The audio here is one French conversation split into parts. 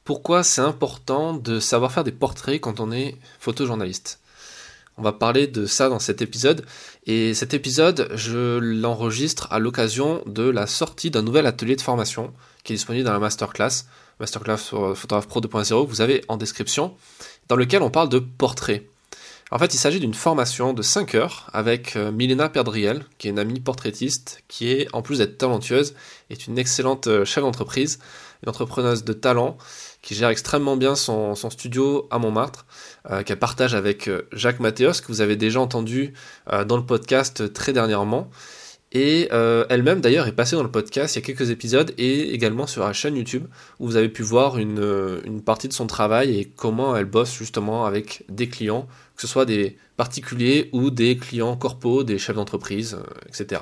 Pourquoi c'est important de savoir faire des portraits quand on est photojournaliste? On va parler de ça dans cet épisode, et cet épisode, je l'enregistre à l'occasion de la sortie d'un nouvel atelier de formation qui est disponible dans la Masterclass sur Photographe Pro 2.0, que vous avez en description, dans lequel on parle de portrait. En fait, il s'agit d'une formation de 5 heures avec Milena Perdriel, qui est une amie portraitiste, qui est, en plus d'être talentueuse, est une excellente chef d'entreprise, une entrepreneuse de talent, qui gère extrêmement bien son studio à Montmartre, qu'elle partage avec Jacques Mathéos, que vous avez déjà entendu dans le podcast très dernièrement. Et elle-même d'ailleurs est passée dans le podcast il y a quelques épisodes et également sur la chaîne YouTube où vous avez pu voir une partie de son travail et comment elle bosse justement avec des clients, que ce soit des particuliers ou des clients corpos, des chefs d'entreprise, etc.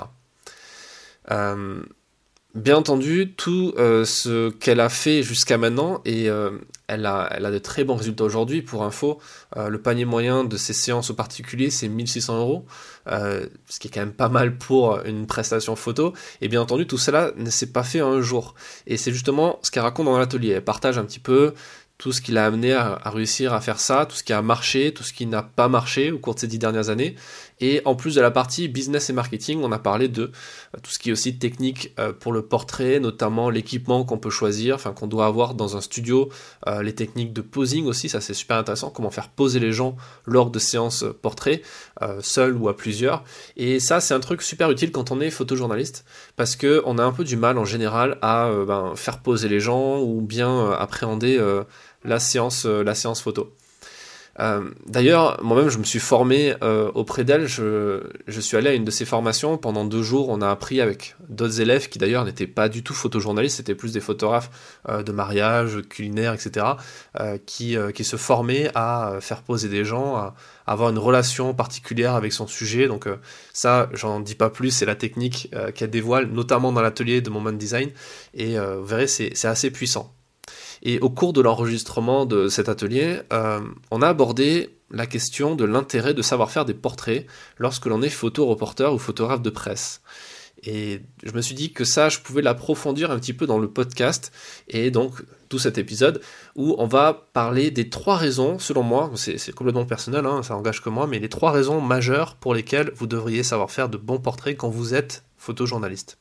Bien entendu, tout ce qu'elle a fait jusqu'à maintenant, et elle a de très bons résultats aujourd'hui. Pour info, le panier moyen de ses séances au particulier, c'est 1600 €, ce qui est quand même pas mal pour une prestation photo. Et bien entendu, tout cela ne s'est pas fait en un jour. Et c'est justement ce qu'elle raconte dans l'atelier. Elle partage un petit peu tout ce qui l'a amené à réussir à faire ça, tout ce qui a marché, tout ce qui n'a pas marché au cours de ces 10 dernières années. Et en plus de la partie business et marketing, on a parlé de tout ce qui est aussi technique pour le portrait, notamment l'équipement qu'on peut choisir, enfin qu'on doit avoir dans un studio, les techniques de posing aussi, ça c'est super intéressant, comment faire poser les gens lors de séances portrait, seul ou à plusieurs. Et ça c'est un truc super utile quand on est photojournaliste, parce qu'on a un peu du mal en général à faire poser les gens ou bien appréhender la séance photo. D'ailleurs, moi-même, je me suis formé auprès d'elle. Je suis allé à une de ses formations. Pendant 2 jours, on a appris avec d'autres élèves qui d'ailleurs n'étaient pas du tout photojournalistes, c'était plus des photographes de mariage, culinaires, etc., qui se formaient à faire poser des gens, à avoir une relation particulière avec son sujet. Donc ça, j'en dis pas plus, c'est la technique qu'elle dévoile, notamment dans l'atelier de Moment Design. Et vous verrez, c'est assez puissant. Et au cours de l'enregistrement de cet atelier, on a abordé la question de l'intérêt de savoir faire des portraits lorsque l'on est photoreporter ou photographe de presse. Et je me suis dit que ça, je pouvais l'approfondir un petit peu dans le podcast, et donc tout cet épisode, où on va parler des 3 raisons, selon moi, c'est complètement personnel, hein, ça engage que moi, mais les 3 raisons majeures pour lesquelles vous devriez savoir faire de bons portraits quand vous êtes photojournaliste.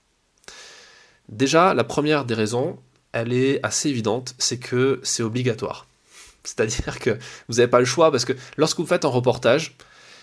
Déjà, la première des raisons, elle est assez évidente, c'est que c'est obligatoire. C'est-à-dire que vous n'avez pas le choix, parce que lorsque vous faites un reportage,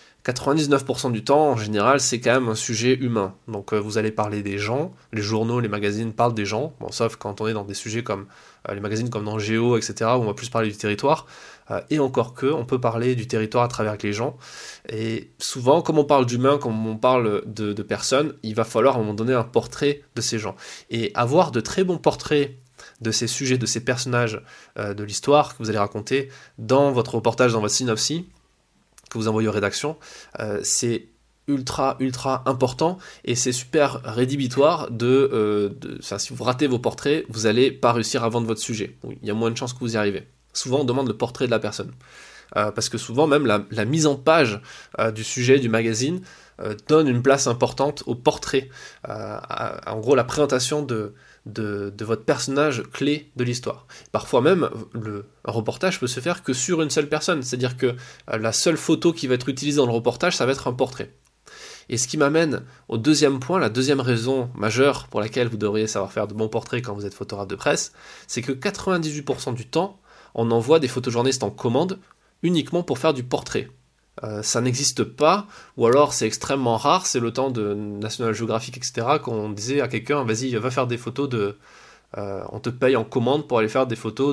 99% du temps, en général, c'est quand même un sujet humain. Donc vous allez parler des gens, les journaux, les magazines parlent des gens, bon, sauf quand on est dans des sujets comme les magazines comme dans Géo, etc., où on va plus parler du territoire, et encore que, on peut parler du territoire à travers les gens, et souvent, comme on parle d'humains, comme on parle de personnes, il va falloir à un moment donné un portrait de ces gens. Et avoir de très bons portraits de ces sujets, de ces personnages de l'histoire que vous allez raconter dans votre reportage, dans votre synopsis que vous envoyez aux rédactions, c'est ultra important, et c'est super rédhibitoire si vous ratez vos portraits, vous n'allez pas réussir à vendre votre sujet. Il y a moins de chances que vous y arrivez. Souvent on demande le portrait de la personne. Parce que souvent même la mise en page du sujet du magazine donne une place importante au portrait, en gros la présentation de votre personnage clé de l'histoire. Parfois même, un reportage peut se faire que sur une seule personne, c'est-à-dire que la seule photo qui va être utilisée dans le reportage, ça va être un portrait. Et ce qui m'amène au deuxième point, la deuxième raison majeure pour laquelle vous devriez savoir faire de bons portraits quand vous êtes photographe de presse, c'est que 98% du temps, on envoie des photojournalistes en commande uniquement pour faire du portrait. Ça n'existe pas, ou alors c'est extrêmement rare, c'est le temps de National Geographic, etc., qu'on disait à quelqu'un, vas-y, va faire des photos on te paye en commande pour aller faire des photos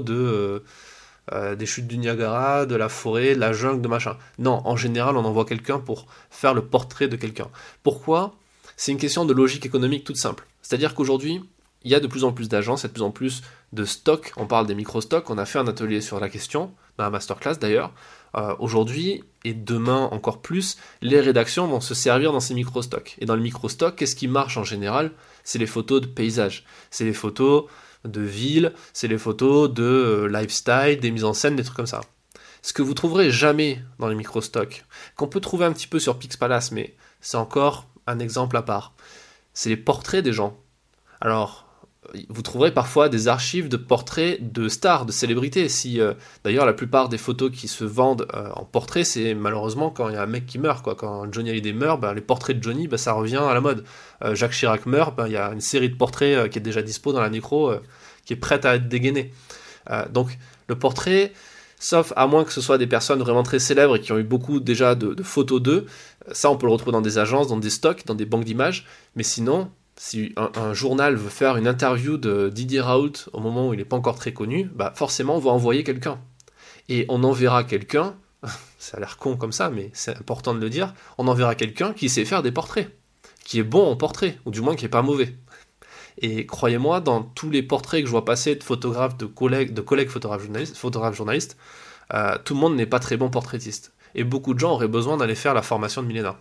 des chutes du Niagara, de la forêt, de la jungle, de machin. Non, en général, on envoie quelqu'un pour faire le portrait de quelqu'un. Pourquoi ? C'est une question de logique économique toute simple. C'est-à-dire qu'aujourd'hui, il y a de plus en plus d'agences, il y a de plus en plus de stocks, on parle des micro-stocks, on a fait un atelier sur la question, dans la masterclass d'ailleurs. Aujourd'hui, et demain encore plus, les rédactions vont se servir dans ces micro-stocks. Et dans le micro-stock, qu'est-ce qui marche en général ? C'est les photos de paysages, c'est les photos de villes, c'est les photos de lifestyle, des mises en scène, des trucs comme ça. Ce que vous trouverez jamais dans les micro-stocks, qu'on peut trouver un petit peu sur Pixpalace, mais c'est encore un exemple à part, c'est les portraits des gens. Alors, vous trouverez parfois des archives de portraits de stars, de célébrités. D'ailleurs, la plupart des photos qui se vendent en portrait, c'est malheureusement quand il y a un mec qui meurt, quoi. Quand Johnny Hallyday meurt, les portraits de Johnny, ça revient à la mode. Jacques Chirac meurt, il y a une série de portraits qui est déjà dispo dans la nécro, qui est prête à être dégainée. Donc, le portrait, sauf à moins que ce soit des personnes vraiment très célèbres et qui ont eu beaucoup déjà de photos d'eux, ça on peut le retrouver dans des agences, dans des stocks, dans des banques d'images, mais sinon, si un journal veut faire une interview de Didier Raoult au moment où il n'est pas encore très connu, forcément on va envoyer quelqu'un. Et on enverra quelqu'un, ça a l'air con comme ça, mais c'est important de le dire, on enverra quelqu'un qui sait faire des portraits, qui est bon en portrait, ou du moins qui n'est pas mauvais. Et croyez-moi, dans tous les portraits que je vois passer de photographes, de collègues photographes journalistes, tout le monde n'est pas très bon portraitiste. Et beaucoup de gens auraient besoin d'aller faire la formation de Milena,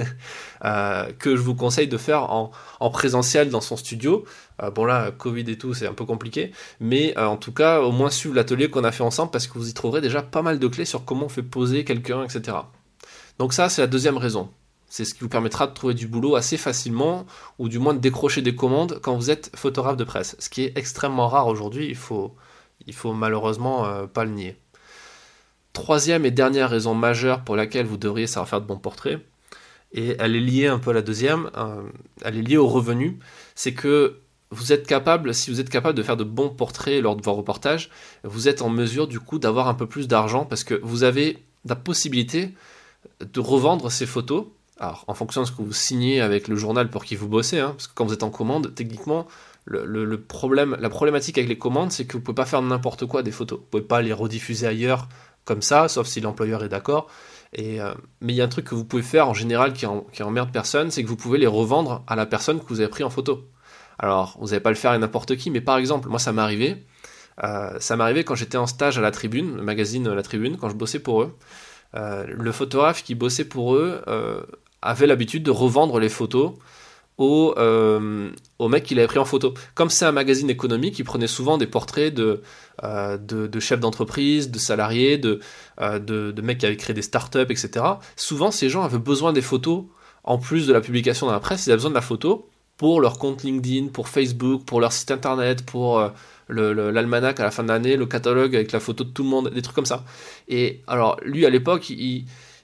que je vous conseille de faire en présentiel dans son studio. Bon là, Covid et tout, c'est un peu compliqué, mais en tout cas, au moins suivre l'atelier qu'on a fait ensemble, parce que vous y trouverez déjà pas mal de clés sur comment on fait poser quelqu'un, etc. Donc ça, c'est la deuxième raison. C'est ce qui vous permettra de trouver du boulot assez facilement, ou du moins de décrocher des commandes quand vous êtes photographe de presse, ce qui est extrêmement rare aujourd'hui, il faut malheureusement pas le nier. Troisième et dernière raison majeure pour laquelle vous devriez savoir faire de bons portraits, et elle est liée un peu à la deuxième, elle est liée au revenu, c'est que si vous êtes capable de faire de bons portraits lors de vos reportages, vous êtes en mesure du coup d'avoir un peu plus d'argent, parce que vous avez la possibilité de revendre ces photos. Alors, en fonction de ce que vous signez avec le journal pour qui vous bossez, parce que quand vous êtes en commande, techniquement, la problématique avec les commandes, c'est que vous ne pouvez pas faire n'importe quoi des photos. Vous ne pouvez pas les rediffuser ailleurs comme ça, sauf si l'employeur est d'accord. Mais il y a un truc que vous pouvez faire en général qui emmerde personne, c'est que vous pouvez les revendre à la personne que vous avez pris en photo. Alors, vous n'allez pas le faire à n'importe qui, mais par exemple, moi ça m'est arrivé. Quand j'étais en stage à La Tribune, le magazine La Tribune, quand je bossais pour eux. Le photographe qui bossait pour eux avait l'habitude de revendre les photos au mec qu'il avait pris en photo. Comme c'est un magazine économique, il prenait souvent des portraits de chefs d'entreprise, de salariés, de mecs qui avaient créé des startups, etc. Souvent, ces gens avaient besoin des photos, en plus de la publication dans la presse, ils avaient besoin de la photo pour leur compte LinkedIn, pour Facebook, pour leur site internet, pour l'almanach à la fin de l'année, le catalogue avec la photo de tout le monde, des trucs comme ça. Et alors, lui, à l'époque, je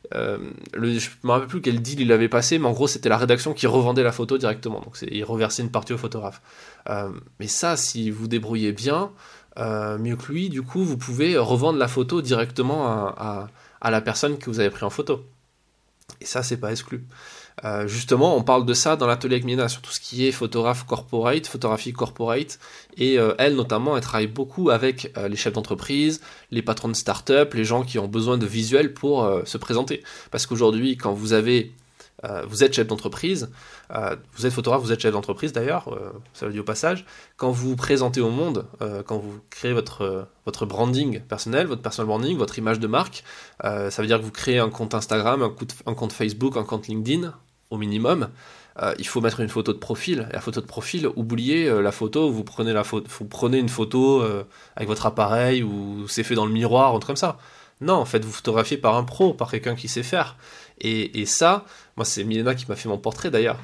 ne me rappelle plus quel deal il avait passé, mais en gros, c'était la rédaction qui revendait la photo directement. Donc, il reversait une partie au photographe. Mais ça, si vous débrouillez bien, mieux que lui, du coup, vous pouvez revendre la photo directement à la personne que vous avez pris en photo. Et ça, c'est pas exclu. Justement, on parle de ça dans l'atelier avec Milena, sur tout ce qui est photographie corporate, et elle notamment, elle travaille beaucoup avec les chefs d'entreprise, les patrons de start-up, les gens qui ont besoin de visuels pour se présenter. Parce qu'aujourd'hui, quand vous êtes chef d'entreprise, vous êtes photographe, vous êtes chef d'entreprise d'ailleurs, ça le dit au passage, quand vous vous présentez au monde, quand vous créez votre branding personnel, votre personal branding, votre image de marque, ça veut dire que vous créez un compte Instagram, un compte Facebook, un compte LinkedIn, au minimum, il faut mettre une photo de profil. Et la photo de profil, oubliez la photo, vous prenez une photo avec votre appareil, ou c'est fait dans le miroir, un truc comme ça. Non, en fait, vous photographiez par un pro, par quelqu'un qui sait faire. Et ça, moi c'est Milena qui m'a fait mon portrait d'ailleurs,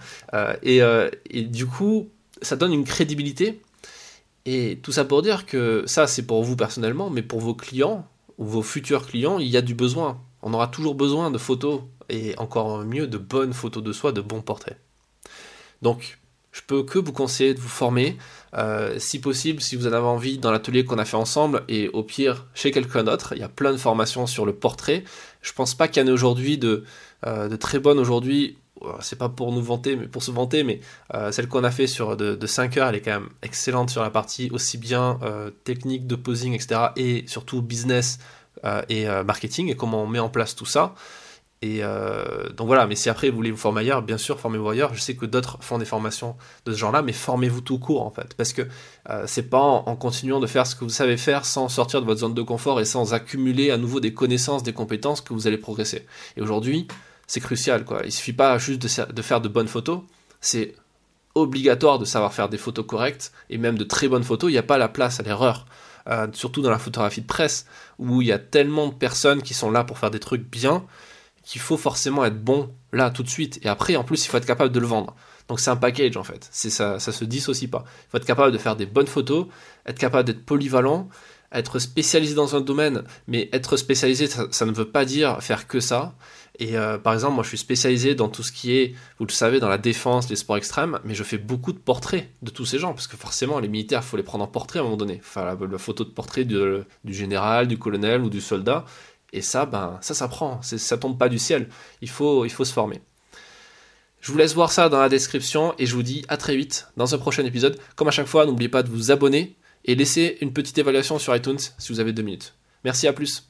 et du coup ça donne une crédibilité, et tout ça pour dire que ça c'est pour vous personnellement, mais pour vos clients ou vos futurs clients, il y a du besoin, on aura toujours besoin de photos, et encore mieux de bonnes photos de soi, de bons portraits. Donc je peux que vous conseiller de vous former, si possible, si vous en avez envie, dans l'atelier qu'on a fait ensemble, et au pire chez quelqu'un d'autre. Il y a plein de formations sur le portrait. Je pense pas qu'il y en ait aujourd'hui de très bonnes aujourd'hui. C'est pas pour nous vanter, mais pour se vanter, mais celle qu'on a fait sur de 5 heures, elle est quand même excellente sur la partie aussi bien technique de posing, etc., et surtout business et marketing, et comment on met en place tout ça. Et donc voilà, mais si après vous voulez vous former ailleurs, bien sûr, formez-vous ailleurs. Je sais que d'autres font des formations de ce genre-là, mais formez-vous tout court en fait, parce que c'est pas en continuant de faire ce que vous savez faire sans sortir de votre zone de confort et sans accumuler à nouveau des connaissances, des compétences, que vous allez progresser. Et aujourd'hui, c'est crucial, quoi. Il suffit pas juste de faire de bonnes photos, c'est obligatoire de savoir faire des photos correctes, et même de très bonnes photos. Il n'y a pas la place à l'erreur, surtout dans la photographie de presse, où il y a tellement de personnes qui sont là pour faire des trucs bien, qu'il faut forcément être bon là tout de suite, et après en plus il faut être capable de le vendre. Donc c'est un package en fait, ça se dissocie pas. Il faut être capable de faire des bonnes photos, être capable d'être polyvalent, être spécialisé dans un domaine, mais être spécialisé, ça ne veut pas dire faire que ça. Et par exemple, moi je suis spécialisé dans tout ce qui est, vous le savez, dans la défense, les sports extrêmes, mais je fais beaucoup de portraits de tous ces gens, parce que forcément les militaires, il faut les prendre en portrait à un moment donné. Enfin, la photo de portrait du général, du colonel ou du soldat, et ça, ça s'apprend, ça tombe pas du ciel, il faut se former. Je vous laisse voir ça dans la description, et je vous dis à très vite dans un prochain épisode. Comme à chaque fois, n'oubliez pas de vous abonner, et laisser une petite évaluation sur iTunes si vous avez 2 minutes. Merci, à plus.